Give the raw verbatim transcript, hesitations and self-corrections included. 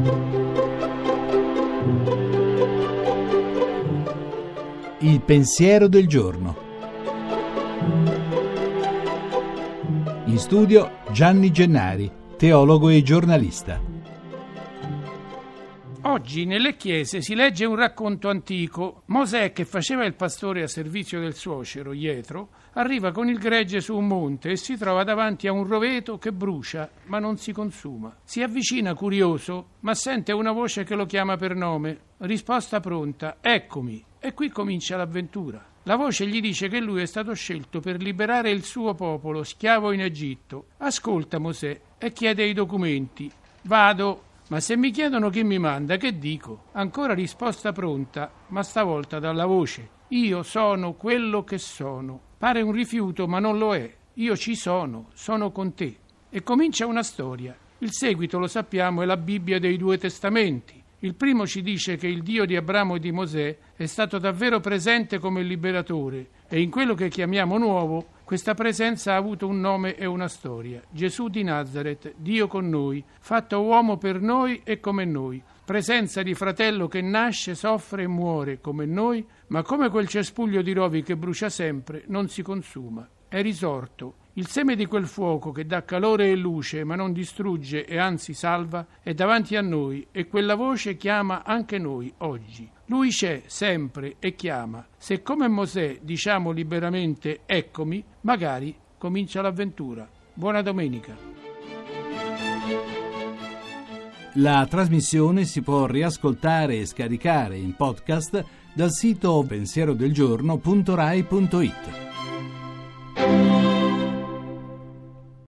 Il pensiero del giorno. In studio Gianni Gennari, teologo e giornalista. Oggi nelle chiese si legge un racconto antico. Mosè, che faceva il pastore a servizio del suocero Jetro, arriva con il gregge su un monte e si trova davanti a un roveto che brucia ma non si consuma. Si avvicina curioso, ma sente una voce che lo chiama per nome. Risposta pronta: eccomi. E qui comincia l'avventura. La voce gli dice che lui è stato scelto per liberare il suo popolo schiavo in Egitto. Ascolta Mosè e chiede i documenti. Vado. Ma se mi chiedono chi mi manda, che dico? Ancora risposta pronta, ma stavolta dalla voce. Io sono quello che sono. Pare un rifiuto, ma non lo è. Io ci sono, sono con te. E comincia una storia. Il seguito, lo sappiamo, è la Bibbia dei due testamenti. Il primo ci dice che il Dio di Abramo e di Mosè è stato davvero presente come liberatore e in quello che chiamiamo nuovo, questa presenza ha avuto un nome e una storia. Gesù di Nazaret, Dio con noi, fatto uomo per noi e come noi. Presenza di fratello che nasce, soffre e muore come noi, ma come quel cespuglio di rovi che brucia sempre, non si consuma. È risorto. Il seme di quel fuoco che dà calore e luce ma non distrugge e anzi salva è davanti a noi e quella voce chiama anche noi oggi. Lui c'è sempre e chiama. Se come Mosè diciamo liberamente eccomi, magari comincia l'avventura. Buona domenica. La trasmissione si può riascoltare e scaricare in podcast dal sito pensierodelgiorno punto rai punto it.